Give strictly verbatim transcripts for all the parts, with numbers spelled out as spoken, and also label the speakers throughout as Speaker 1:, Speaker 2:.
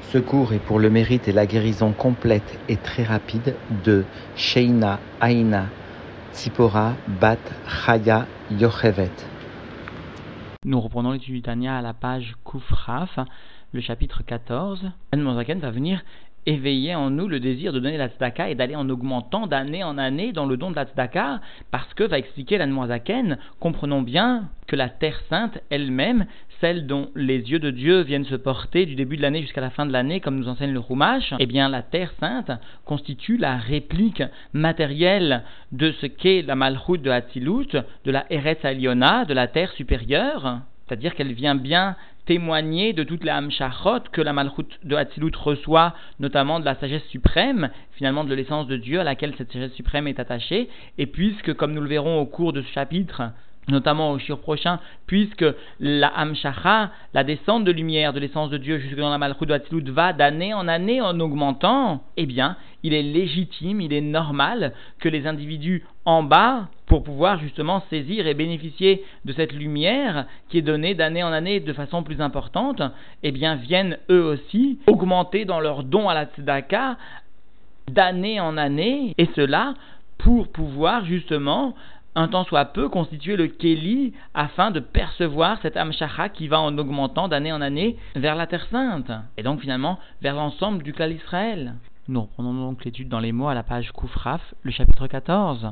Speaker 1: Ce cours est pour le mérite et la guérison complète et très rapide de Sheina Aina Tzipora Bat Chaya Yochevet.
Speaker 2: Nous reprenons l'étude du Tanya à la page Kufraf, le chapitre quatorze. L'Admor Zaken va venir éveiller en nous le désir de donner la tzedaka et d'aller en augmentant d'année en année dans le don de la tzedaka, parce que, va expliquer l'Admor Zaken, comprenons bien que la terre sainte elle-même, celle dont les yeux de Dieu viennent se porter du début de l'année jusqu'à la fin de l'année, comme nous enseigne le Chumash, eh bien la terre sainte constitue la réplique matérielle de ce qu'est la Malchut de Hatzilut, de la Eretz Aliona, de la terre supérieure, c'est-à-dire qu'elle vient bien témoigner de toutes les Hamshachot que la Malchut de Hatzilut reçoit, notamment de la sagesse suprême, finalement de l'essence de Dieu à laquelle cette sagesse suprême est attachée, et puisque, comme nous le verrons au cours de ce chapitre, notamment au shiur prochain, puisque la Hamshacha, la descente de lumière de l'essence de Dieu jusque dans la Malchut de Hatzilut va d'année en année en augmentant, eh bien, il est légitime, il est normal que les individus en bas, pour pouvoir justement saisir et bénéficier de cette lumière qui est donnée d'année en année de façon plus importante, eh bien, viennent eux aussi augmenter dans leur don à la tzedaka d'année en année, et cela pour pouvoir justement un temps soit peu constituer le Kéli afin de percevoir cette Hamshacha qui va en augmentant d'année en année vers la Terre Sainte, et donc finalement vers l'ensemble du clan Israël. Nous reprenons donc l'étude dans les mots à la page Kufraf, le chapitre quatorze.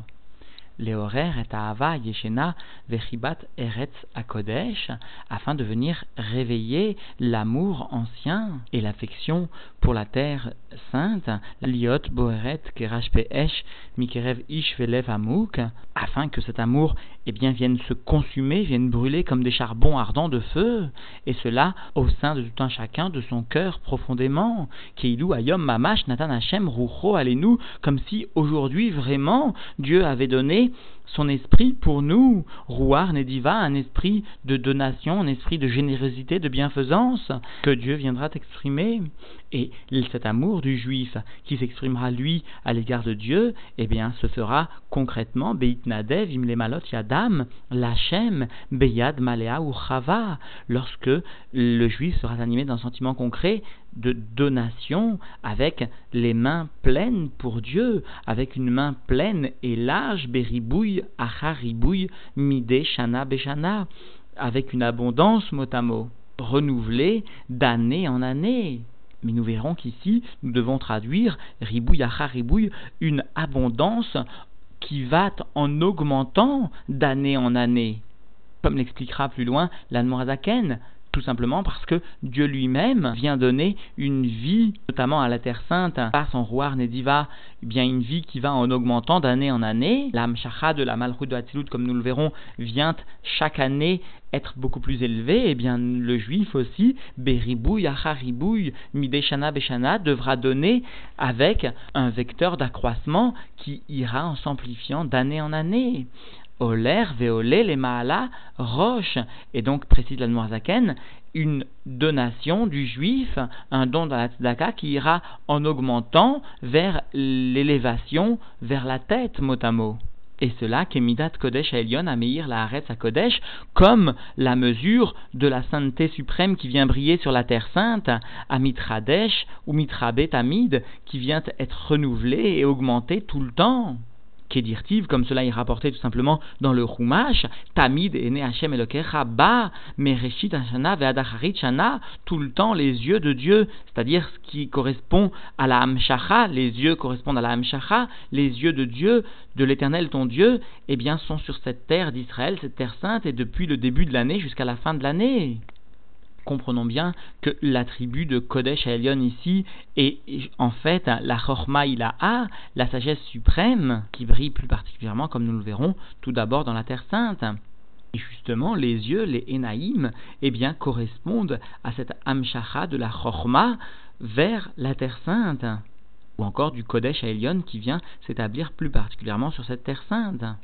Speaker 2: Leorer et Ahava Yeshena Vechibat Eretz Akodesh, afin de venir réveiller l'amour ancien et l'affection pour la terre sainte, Liot Boeret Kerash Peesh Mikerev Ish Velev Amouk, afin que cet amour eh bien, vienne se consumer, vienne brûler comme des charbons ardents de feu, et cela au sein de tout un chacun de son cœur profondément. Keilu Ayom Mamash Natan Hashem Rucho Alenu, comme si aujourd'hui vraiment Dieu avait donné son esprit pour nous, Ruach Nediva, un esprit de donation, un esprit de générosité, de bienfaisance, que Dieu viendra exprimer. Et cet amour du juif qui s'exprimera lui à l'égard de Dieu, eh bien, se fera concrètement, Beit Nadev, Imle Malot Yadam, Lachem, Beyad Malea ou Chava, lorsque le juif sera animé d'un sentiment concret de donation, avec les mains pleines pour Dieu, avec une main pleine et large, Beribouille, Acharibouille, Midé, Shana, Beshana, avec une abondance mot à mot, renouvelée d'année en année. Mais nous verrons qu'ici, nous devons traduire Ribouille, Acharibouille, une abondance qui va en augmentant d'année en année. Comme l'expliquera plus loin l'Admor Zaken, tout simplement parce que Dieu lui-même vient donner une vie, notamment à la Terre Sainte, par son Ruach Nediva, eh bien une vie qui va en augmentant d'année en année. La Hamshacha de la Malchut de Hatzilut, comme nous le verrons, vient chaque année être beaucoup plus élevée. Eh bien le juif aussi, Beribouille, Acharibouille, Midé Shana Beshana, devra donner avec un vecteur d'accroissement qui ira en s'amplifiant d'année en année. Oler, Veolé, les Maala, Roche, et donc, précise l'Admor Zaken, une donation du juif, un don dans la tzedaka qui ira en augmentant vers l'élévation, vers la tête, mot à mot. Et cela, Kemidat Kodesh Elyon Ameir la Haaretz HaKodesh, comme la mesure de la sainteté suprême qui vient briller sur la terre sainte, Amitradesh ou Mitrabet Amid, qui vient être renouvelée et augmentée tout le temps. Kedirtiv, comme cela est rapporté tout simplement dans le Chumash, Tamid ene Hashem Elokecha ba mereshit hashana ve'adacharit shana, tout le temps les yeux de Dieu, c'est-à-dire ce qui correspond à la Hamshacha, les yeux correspondent à la Hamshacha, les yeux de Dieu, de l'Éternel ton Dieu, eh bien sont sur cette terre d'Israël, cette terre sainte, et depuis le début de l'année jusqu'à la fin de l'année. Comprenons bien que l'attribut de Kodesh Elyon ici est en fait la Chorma Ilaha, la sagesse suprême, qui brille plus particulièrement, comme nous le verrons, tout d'abord dans la Terre Sainte. Et justement, les yeux, les Enaïm, eh bien, correspondent à cette Hamshacha de la Chorma vers la Terre Sainte, ou encore du Kodesh Elyon qui vient s'établir plus particulièrement sur cette Terre Sainte.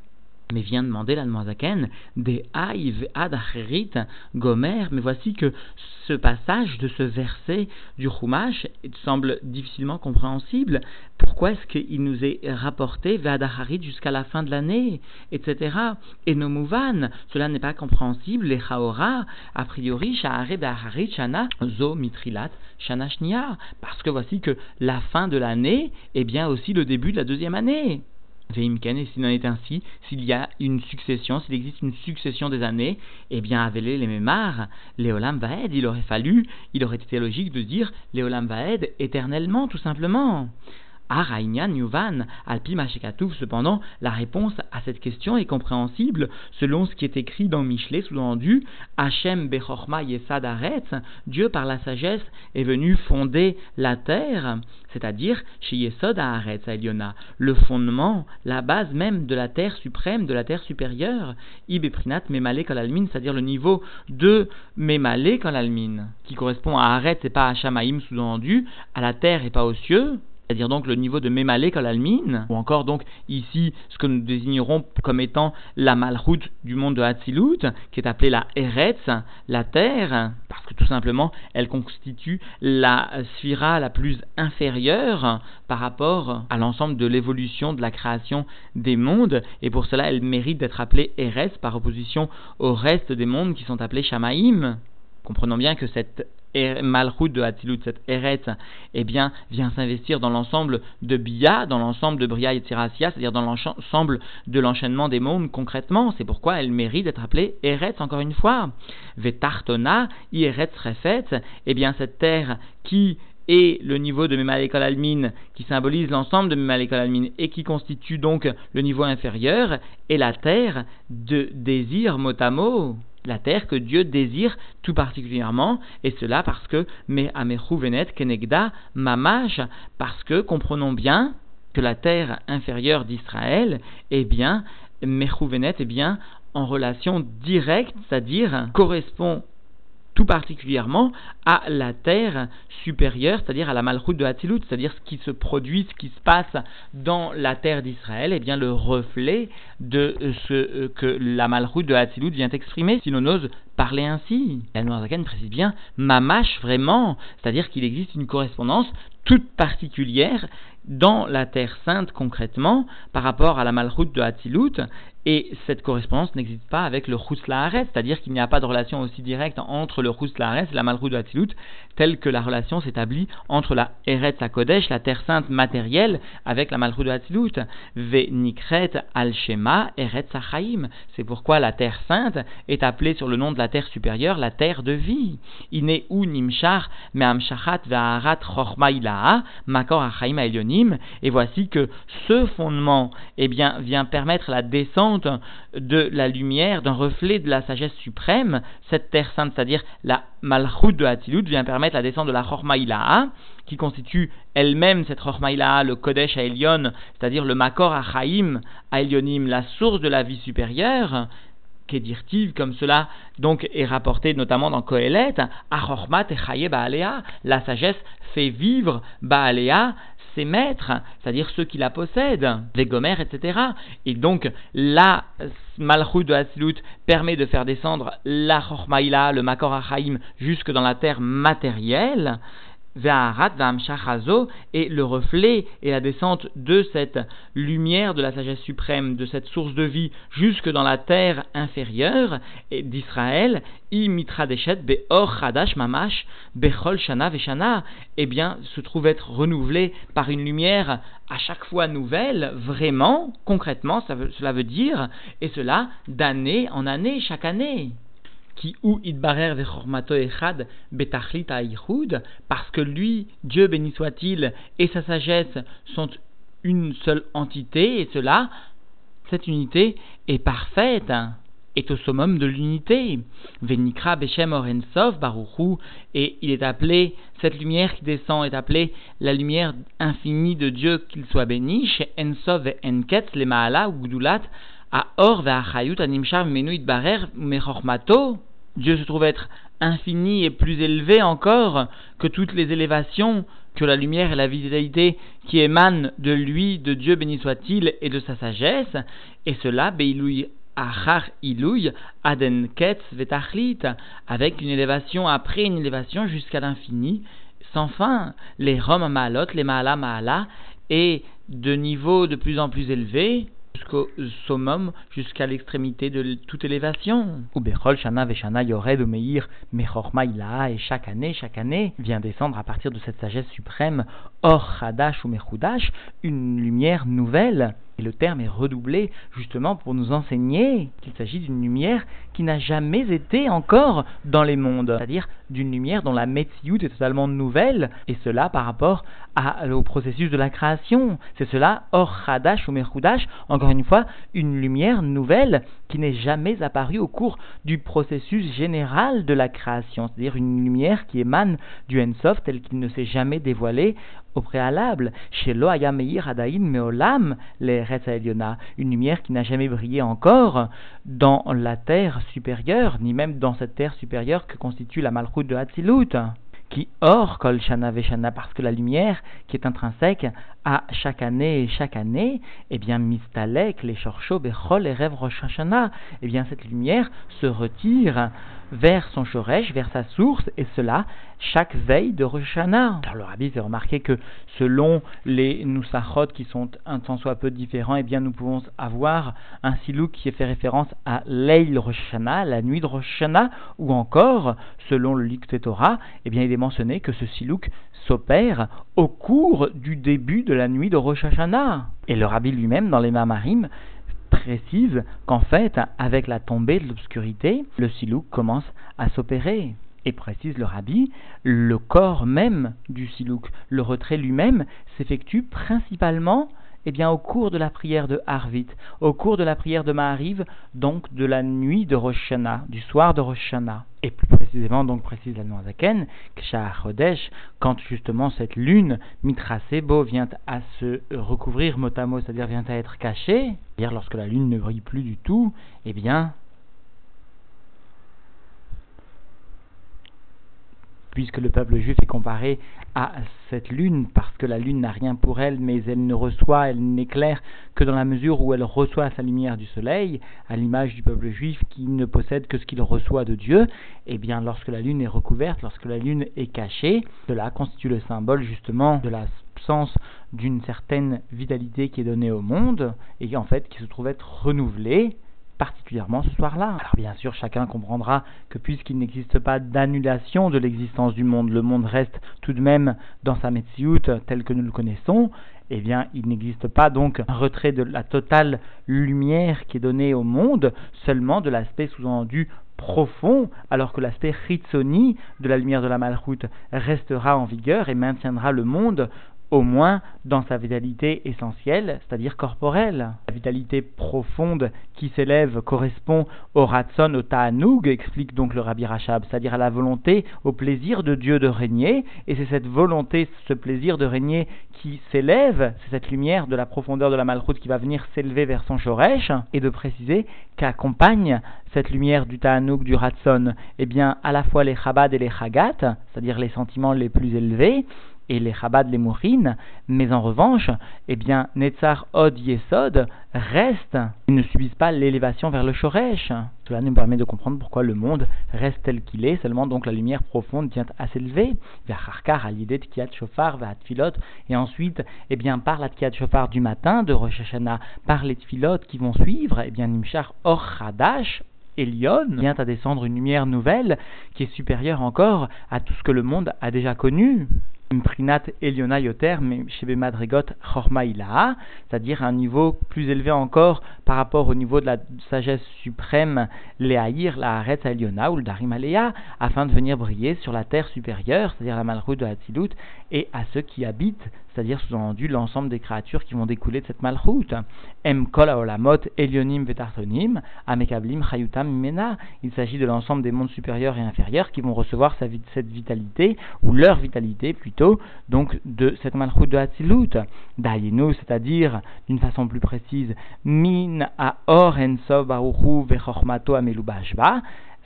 Speaker 2: Mais vient demander l'Admorazaken des Haïv ad Acherit Gomer. Mais voici que ce passage de ce verset du Chumash semble difficilement compréhensible. Pourquoi est-ce qu'il nous est rapporté Ve'ad Acharit jusqu'à la fin de l'année, et cetera. Et no Mouvan, cela n'est pas compréhensible. Les Chaora, a priori, Sha'are Be'acharit Shana Zo Mitrilat Shana Shnia. Parce que voici que la fin de l'année est bien aussi le début de la deuxième année. Veimken, et s'il en est ainsi, s'il y a une succession, s'il existe une succession des années, eh bien, Avelé les Mémar, Léolam Vaed, il aurait fallu, il aurait été logique de dire Léolam Vaed éternellement, tout simplement. Araïnian Yuvan, Alpi Mashekatouf, cependant, la réponse à cette question est compréhensible selon ce qui est écrit dans Michelet, sous-entendu Hachem Bechorma Yesad Aretz, Dieu par la sagesse est venu fonder la terre, c'est-à-dire chez Yesod Aretz Eliona, le fondement, la base même de la terre suprême, de la terre supérieure, Ibeprinat Memale Kolalmin, c'est-à-dire le niveau de Memale Kolalmin, qui correspond à Aretz et pas à Shamaim, sous-entendu, à la terre et pas aux cieux. C'est-à-dire donc le niveau de Memale Kolalmin, ou encore donc ici ce que nous désignerons comme étant la Malchut du monde de Hatzilut, qui est appelée la Eretz, la terre, parce que tout simplement elle constitue la sphira la plus inférieure par rapport à l'ensemble de l'évolution de la création des mondes, et pour cela elle mérite d'être appelée Eretz par opposition au reste des mondes qui sont appelés Shamaim. Comprenons bien que cette Malchut de Hatzilut, cette Eretz, eh bien, vient s'investir dans l'ensemble de Bia, dans l'ensemble de Bria et Tzirasia, c'est-à-dire dans l'ensemble de l'enchaînement des mondes concrètement. C'est pourquoi elle mérite d'être appelée Eretz, encore une fois. Vetartona, Eretz Refet, eh bien, cette terre qui est le niveau de Memale Kolalmin, qui symbolise l'ensemble de Memale Kolalmin et qui constitue donc le niveau inférieur, est la terre de désir mot à mot. La terre que Dieu désire tout particulièrement, et cela parce que Me Amechu Venet Kenegda Mamash, parce que comprenons bien que la terre inférieure d'Israël est bien Mechu Venet, est bien en relation directe, c'est-à-dire correspond tout particulièrement à la terre supérieure, c'est-à-dire à la Malchut de Hatzilut, c'est-à-dire ce qui se produit, ce qui se passe dans la terre d'Israël, est bien le reflet de ce que la Malchut de Hatzilut vient exprimer, si l'on ose parler ainsi. La Noirzaken précise bien Mamash vraiment, c'est-à-dire qu'il existe une correspondance toute particulière dans la terre sainte concrètement par rapport à la Malchut de Hatzilut, et cette correspondance n'existe pas avec le Chutz La'aretz, c'est-à-dire qu'il n'y a pas de relation aussi directe entre le Chutz La'aretz et la Malchut de Hatzilut telle que la relation s'établit entre la Eretz HaKodesh, la terre sainte matérielle, avec la Malchut de Hatzilut. Ve'nikret al-Shema Eretz HaChaim, c'est pourquoi la terre sainte est appelée sur le nom de la terre supérieure la terre de vie. Ine u nimshar me'amshachat ve'aharat chochma ilaha makor HaChaim ha'elyonim, et voici que ce fondement eh bien, vient permettre la descente de la lumière, d'un reflet de la sagesse suprême. Cette terre sainte, c'est-à-dire la Malchut de Hatzilut, vient permettre la descente de la Chochma Ilaha, qui constitue elle-même cette Chochma Ilaha, le Kodesh Ha'elyon, c'est-à-dire le Makor HaChaim Ha'elyonim, la source de la vie supérieure, qu'est-dirtive, comme cela donc est rapporté notamment dans Kohelet, Achormat Echaye Baalea, la sagesse fait vivre Baalea, ses maîtres, c'est-à-dire ceux qui la possèdent, les Gomer, et cetera. Et donc, la Malchut de Hatzilut permet de faire descendre la Chochma Ilaha, le Makor HaChaim, jusque dans la terre matérielle, Ve'aharat ve'amshach hazo, et le reflet et la descente de cette lumière de la sagesse suprême, de cette source de vie, jusque dans la terre inférieure d'Israël, I mitra deshet be'or chadash mamash bechol shana ve'shana, eh bien, se trouve être renouvelé par une lumière à chaque fois nouvelle, vraiment, concrètement, ça veut, cela veut dire, et cela d'année en année, chaque année. Qui ou idbarer vechormato echad betachlit ha'yichud, parce que lui, Dieu béni soit-il, et sa sagesse sont une seule entité, et cela, cette unité est parfaite, est au summum de l'unité. Venikra beshem or ensof baruchu, et il est appelé, cette lumière qui descend est appelée la lumière infinie de Dieu, qu'il soit béni, chez ensof ve enketz le ma'ala ou gdulat a or ve'achayut animshar menu idbarer mechormato. Dieu se trouve être infini et plus élevé encore que toutes les élévations que la lumière et la vitalité qui émanent de lui, de Dieu béni soit-il, et de sa sagesse, et cela, Beilouï Achar Ilouï Aden Ketz Vetachlit, avec une élévation après une élévation jusqu'à l'infini, sans fin, les Rom Maalot, les Maala Maala, et de niveaux de plus en plus élevés, jusqu'au summum, jusqu'à l'extrémité de toute élévation. Ou Bechol Shana Veshana Yored Meir Mechorma Ilaha, et chaque année, chaque année, vient descendre à partir de cette sagesse suprême, Or Chadash ou Mechudash, une lumière nouvelle. Et le terme est redoublé justement pour nous enseigner qu'il s'agit d'une lumière qui n'a jamais été encore dans les mondes, c'est-à-dire d'une lumière dont la Metsiout est totalement nouvelle, et cela par rapport à, au processus de la création. C'est cela, Or Chadash ou Mechudash, encore une fois, une lumière nouvelle qui n'est jamais apparue au cours du processus général de la création, c'est-à-dire une lumière qui émane du Ensof tel qu'il ne s'est jamais dévoilé au préalable, chez Lo Haya Meir Adaïn Meolam, les Retz Eliona, une lumière qui n'a jamais brillé encore dans la terre supérieure, ni même dans cette terre supérieure que constitue la Malchut de Hatzilut, qui hors Kol Shana Veshana, parce que la lumière qui est intrinsèque à chaque année et chaque année, eh bien Mistalek, les Shorcho, Bechol et Rev Rosh Hashanah, eh bien cette lumière se retire vers son shoresh, vers sa source, et cela chaque veille de Rosh Hashanah. Alors le Rabbi fait remarquer que selon les Nusachot qui sont un tant soit peu différents, eh bien nous pouvons avoir un silouk qui fait référence à Leil Rosh Hashanah, la nuit de Rosh Hashanah, ou encore, selon le Likutei Torah, eh bien il est mentionné que ce silouk s'opère au cours du début de la nuit de Rosh Hashanah. Et le Rabbi lui-même, dans les Mamarim, précise qu'en fait, avec la tombée de l'obscurité, le silouk commence à s'opérer. Et précise le Rabbi, le corps même du silouk, le retrait lui-même, s'effectue principalement eh bien, au cours de la prière de Harvit, au cours de la prière de Mahariv, donc de la nuit de Rosh Hashanah, du soir de Rosh Hashanah. Et plus précisément, donc précise la Noazaken, Ksha Chodesh, quand justement cette lune, Mitra Sebo, vient à se recouvrir motamo, c'est-à-dire vient à être cachée, c'est-à-dire lorsque la lune ne brille plus du tout, eh bien, puisque le peuple juif est comparé à cette lune, parce que la lune n'a rien pour elle, mais elle ne reçoit, elle n'éclaire que dans la mesure où elle reçoit sa lumière du soleil, à l'image du peuple juif qui ne possède que ce qu'il reçoit de Dieu, et bien lorsque la lune est recouverte, lorsque la lune est cachée, cela constitue le symbole justement de l'absence d'une certaine vitalité qui est donnée au monde, et en fait qui se trouve être renouvelée, particulièrement ce soir-là. Alors bien sûr, chacun comprendra que puisqu'il n'existe pas d'annulation de l'existence du monde, le monde reste tout de même dans sa Metsiout tel que nous le connaissons, eh bien il n'existe pas donc un retrait de la totale lumière qui est donnée au monde, seulement de l'aspect sous-entendu profond, alors que l'aspect Chitzoni de la lumière de la Malchut restera en vigueur et maintiendra le monde au moins dans sa vitalité essentielle, c'est-à-dire corporelle. La vitalité profonde qui s'élève correspond au Ratson, au Ta'anoug, explique donc le Rabbi Rachab, c'est-à-dire à la volonté, au plaisir de Dieu de régner, et c'est cette volonté, ce plaisir de régner qui s'élève, c'est cette lumière de la profondeur de la Malchut qui va venir s'élever vers son Shoresh, et de préciser qu'accompagne cette lumière du Ta'anoug, du Ratson, eh bien à la fois les Chabad et les Chagat, c'est-à-dire les sentiments les plus élevés, et les Chabad, les Mourines, mais en revanche, eh bien, Netzar Od Yesod reste et ne subissent pas l'élévation vers le Shoresh. Cela nous permet de comprendre pourquoi le monde reste tel qu'il est, seulement donc la lumière profonde vient à s'élever, vers Harkar, à l'idée de Tkiat Shofar, vers Tfilot, et ensuite, eh bien, par la Tkiat Shofar du matin de Rosh Hashanah, par les Tfilot qui vont suivre, eh bien, Nimshar Or Chadash, Elion vient à descendre une lumière nouvelle qui est supérieure encore à tout ce que le monde a déjà connu. Imprinat Eliona Yoter, mais chez Madrigot Chorma Ilaha, c'est-à-dire un niveau plus élevé encore par rapport au niveau de la sagesse suprême, Leahir, la Haaretz Eliona ou le Darim Alea, afin de venir briller sur la terre supérieure, c'est-à-dire la Malchut de Hatzilut, et à ceux qui habitent, c'est-à-dire sous-entendu l'ensemble des créatures qui vont découler de cette Malchut. Em Kol Haolamot Elionim Vetartonim, Amekablim Chayutam Mimena, il s'agit de l'ensemble des mondes supérieurs et inférieurs qui vont recevoir cette vitalité, ou leur vitalité plutôt, donc de cette Malchut de Hatzilut, Dayenu, c'est-à-dire d'une façon plus précise, Min Aor Ensof Baruchu Vechormato Amelubashba,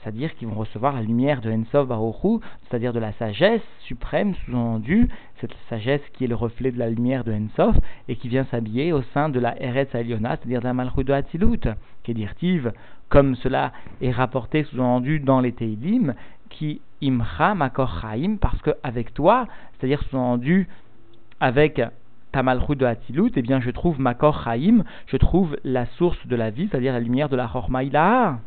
Speaker 2: c'est-à-dire qu'ils vont recevoir la lumière de Ensof Baruch Hu, c'est-à-dire de la sagesse suprême, sous-entendue, cette sagesse qui est le reflet de la lumière de Ensof, et qui vient s'habiller au sein de la Eretz Eliona, c'est-à-dire de la Malchut de Hatzilut, qui est dirtive, comme cela est rapporté, sous-entendu dans les Teilim, qui imcha makor chaim, parce qu'avec toi, c'est-à-dire sous-entendu avec ta Malchut de Hatzilut, eh bien je trouve makor chaim, je trouve la source de la vie, c'est-à-dire la lumière de la Chorma Ilaha.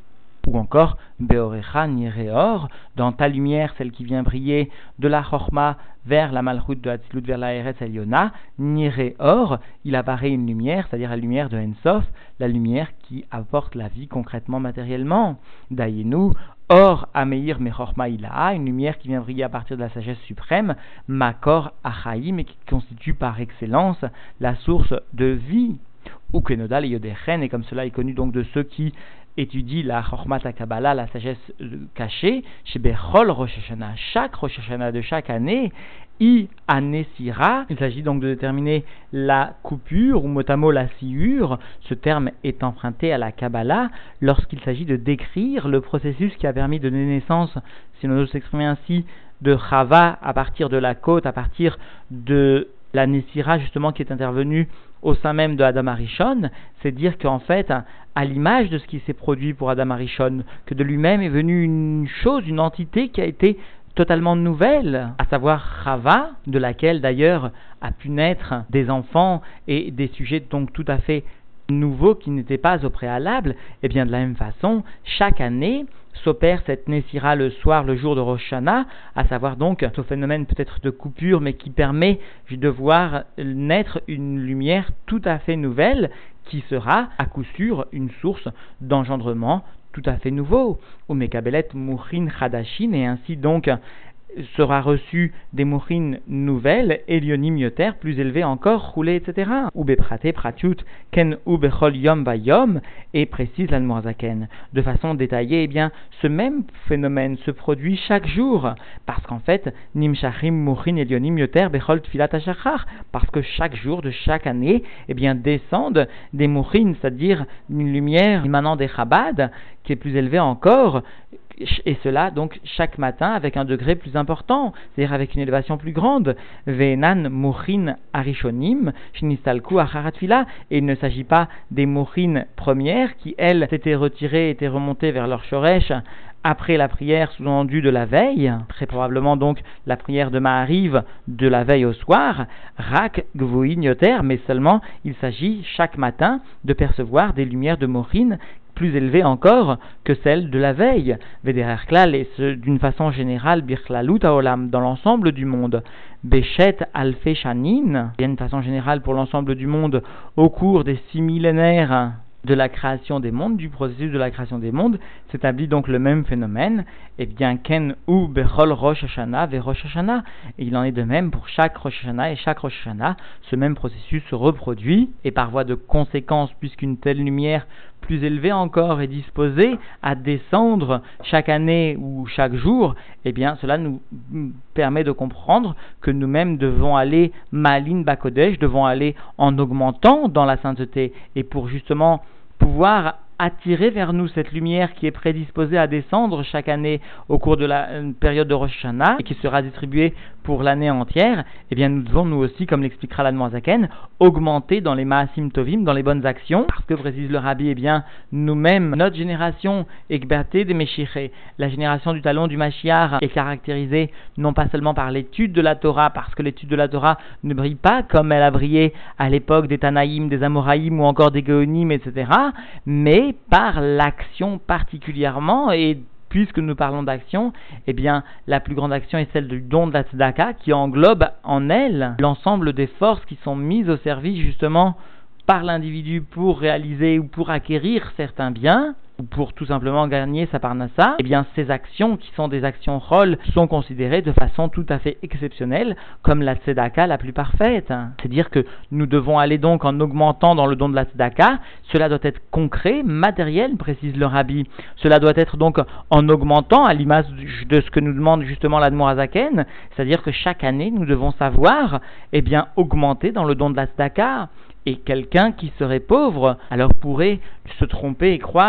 Speaker 2: Ou encore, Beorecha Nireor, dans ta lumière, celle qui vient briller de la Chorma vers la Malchut de Hatzilut, vers la Eretz Eliona, Nireor, il apparaît une lumière, c'est-à-dire la lumière de Ensof, la lumière qui apporte la vie concrètement, matériellement. Dayenu, Or Ameir Mechorma Ilaha, une lumière qui vient briller à partir de la sagesse suprême, Makor Achaim, et qui constitue par excellence la source de vie. Ou Kenodal et Yodechen, et comme cela est connu donc de ceux qui étudie la Chormat HaKabbalah, la sagesse cachée, chez Bechol Rosh Hashanah, chaque Rosh Hashanah de chaque année, I Anesira, il s'agit donc de déterminer la coupure, ou motamo la sciure, ce terme est emprunté à la Kabbalah, lorsqu'il s'agit de décrire le processus qui a permis de donner naissance, si l'on ose s'exprimer ainsi, de Chava à partir de la côte, à partir de la Nesira justement qui est intervenue au sein même de Adam Arishon, c'est dire qu'en fait, à l'image de ce qui s'est produit pour Adam Arishon, que de lui-même est venue une chose, une entité qui a été totalement nouvelle, à savoir Chava, de laquelle d'ailleurs a pu naître des enfants et des sujets donc tout à fait nouveaux qui n'étaient pas au préalable. Et bien de la même façon, chaque année s'opère cette Nessira le soir, le jour de Rosh Hashanah, à savoir donc ce phénomène peut-être de coupure, mais qui permet de voir naître une lumière tout à fait nouvelle, qui sera à coup sûr une source d'engendrement tout à fait nouveau. Ou Mekabelet Mouchin Chadashin, et ainsi donc sera reçu des mourines nouvelles, Elionim Yoter, plus élevées encore, roulées, et cetera. Ou Beprate Pratiut Ken ou Bechol Yom Bayom, et précise l'Admorazaken. De façon détaillée, eh bien, ce même phénomène se produit chaque jour, parce qu'en fait, Nimshachim Mouchin Elionim Yoter Bechol Tfilat HaShachar, parce que chaque jour de chaque année, eh bien, descendent des mourines, c'est-à-dire une lumière émanant des Chabad, qui est plus élevée encore, et cela donc chaque matin avec un degré plus important, c'est-à-dire avec une élévation plus grande. Ve'enan mouchin arishonim shnistalku acharatfila, et il ne s'agit pas des mouchines premières qui elles s'étaient retirées, étaient remontées vers leur shoresh après la prière sous-entendue de la veille, très probablement donc la prière de Mahariv de la veille au soir, rak gvuin yoter, mais seulement il s'agit chaque matin de percevoir des lumières de mouchines plus élevée encore que celle de la veille. Vederer klal, et ce, d'une façon générale, birklalut haolam, dans l'ensemble du monde. Bechet alfe shanin, et d'une façon générale pour l'ensemble du monde, au cours des six millénaires de la création des mondes, du processus de la création des mondes, s'établit donc le même phénomène. Et bien, ken ou bechol rosh hashanah ve rosh hashanah, et il en est de même pour chaque rosh hashanah et chaque rosh hashanah, ce même processus se reproduit, et par voie de conséquence, puisqu'une telle lumière plus élevée encore est disposée à descendre chaque année ou chaque jour, eh bien cela nous permet de comprendre que nous-mêmes devons aller malin bakodesh, devons aller en augmentant dans la sainteté, et pour justement pouvoir attirer vers nous cette lumière qui est prédisposée à descendre chaque année au cours de la période de Rosh Hashanah et qui sera distribuée pour l'année entière, eh bien nous devons nous aussi, comme l'expliquera l'Admorazaken, augmenter dans les Maasim Tovim, dans les bonnes actions, parce que précise le Rabbi, eh bien nous-mêmes, notre génération Ekbaté des Meshiché, la génération du talon du Mashiach, est caractérisée non pas seulement par l'étude de la Torah, parce que l'étude de la Torah ne brille pas comme elle a brillé à l'époque des Tanaïm, des Amoraïm ou encore des Géonim, et cetera, mais par l'action particulièrement. Et puisque nous parlons d'action, eh bien la plus grande action est celle du don de la tzedaka, qui englobe en elle l'ensemble des forces qui sont mises au service justement par l'individu pour réaliser ou pour acquérir certains biens, ou pour tout simplement gagner sa parnassa. Eh bien ces actions qui sont des actions rôles sont considérées de façon tout à fait exceptionnelle comme la tzedaka la plus parfaite. C'est-à-dire que nous devons aller donc en augmentant dans le don de la tzedaka. Cela doit être concret, matériel, précise le Rabbi. Cela doit être donc en augmentant à l'image de ce que nous demande justement l'Admorazaken, c'est-à-dire que chaque année nous devons savoir eh bien augmenter dans le don de la tzedaka. Et quelqu'un qui serait pauvre alors pourrait se tromper et croire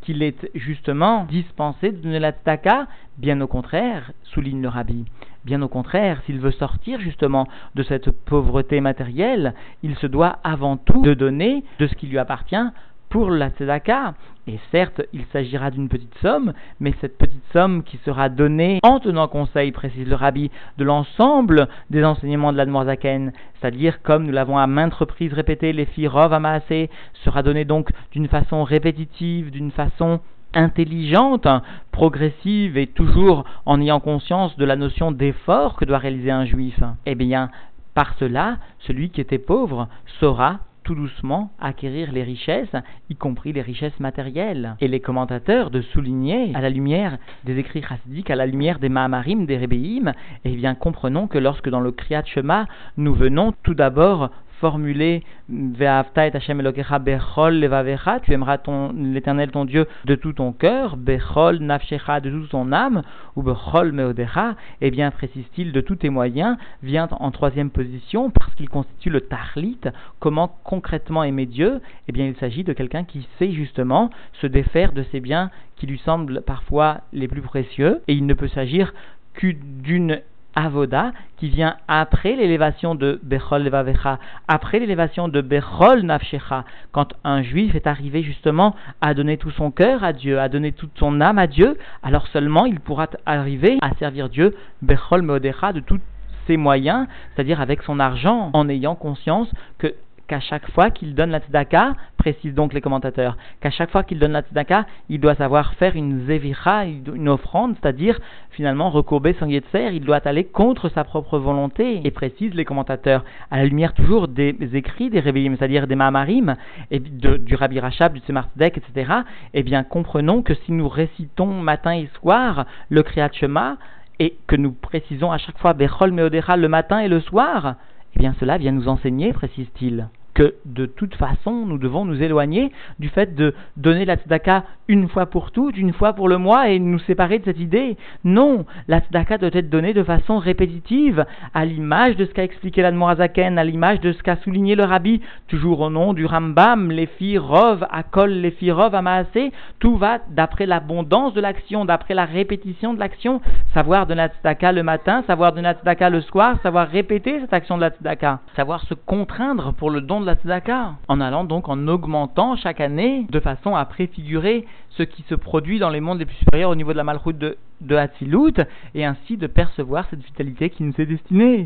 Speaker 2: qu'il est justement dispensé de donner la tzedaka. Bien au contraire, souligne le rabbi. Bien au contraire, s'il veut sortir justement de cette pauvreté matérielle, il se doit avant tout de donner de ce qui lui appartient pour la tzedaka. Et certes, il s'agira d'une petite somme, mais cette petite somme qui sera donnée en tenant conseil, précise le rabbi, de l'ensemble des enseignements de l'Admor Zaken, c'est-à-dire, comme nous l'avons à maintes reprises répété, les filles Rov Amaasé, sera donnée donc d'une façon répétitive, d'une façon intelligente, progressive et toujours en ayant conscience de la notion d'effort que doit réaliser un juif. Eh bien, par cela, celui qui était pauvre saura tout doucement acquérir les richesses, y compris les richesses matérielles. Et les commentateurs de souligner, à la lumière des écrits chassidiques, à la lumière des Mahamarim, des Rebbeim, eh bien comprenons que lorsque dans le Kriyat Shema, nous venons tout d'abord formuler Ve'ahavta et Hashem Elokecha bechol levavecha, tu aimeras ton, l'Éternel ton Dieu de tout ton cœur, bechol nafshecha, de toute ton âme, ou bechol meodecha, eh bien précise-t-il, de tous tes moyens, vient en troisième position parce qu'il constitue le tahlit. Comment concrètement aimer Dieu? Eh bien il s'agit de quelqu'un qui sait justement se défaire de ses biens qui lui semblent parfois les plus précieux, et il ne peut s'agir que d'une Avoda qui vient après l'élévation de Bechol Levavecha, après l'élévation de Bechol Nafshecha, quand un juif est arrivé justement à donner tout son cœur à Dieu, à donner toute son âme à Dieu, alors seulement il pourra arriver à servir Dieu Bechol Meodecha de tous ses moyens, c'est-à-dire avec son argent, en ayant conscience que qu'à chaque fois qu'il donne la tzedaka, précisent donc les commentateurs, qu'à chaque fois qu'il donne la tzedaka, il doit savoir faire une zévira, une offrande, c'est-à-dire finalement recourber son yetzer, il doit aller contre sa propre volonté, et précisent les commentateurs, à la lumière toujours des écrits des Rebbeim, c'est-à-dire des Mahamarim, et de, du Rabbi Rachab, du Tzemar Tzedek, et cetera, eh bien comprenons que si nous récitons matin et soir le Kriyat Shema, et que nous précisons à chaque fois Bechol Meodecha le matin et le soir, eh bien cela vient nous enseigner, précise-t-il, que de toute façon nous devons nous éloigner du fait de donner la tzedaka une fois pour toutes, une fois pour le mois et nous séparer de cette idée. Non, la tzedaka doit être donnée de façon répétitive, à l'image de ce qu'a expliqué l'Admor Hazaken, à l'image de ce qu'a souligné le Rabbi, toujours au nom du Rambam, les filles Rov, Akol, les filles Rov, Amaasé, tout va d'après l'abondance de l'action, d'après la répétition de l'action, savoir donner la tzedaka le matin, savoir donner la tzedaka le soir, savoir répéter cette action de la tzedaka, savoir se contraindre pour le don de la tzedaka, en allant donc en augmentant chaque année de façon à préfigurer ce qui se produit dans les mondes les plus supérieurs au niveau de la malchoute de, de Hatzilut, et ainsi de percevoir cette vitalité qui nous est destinée.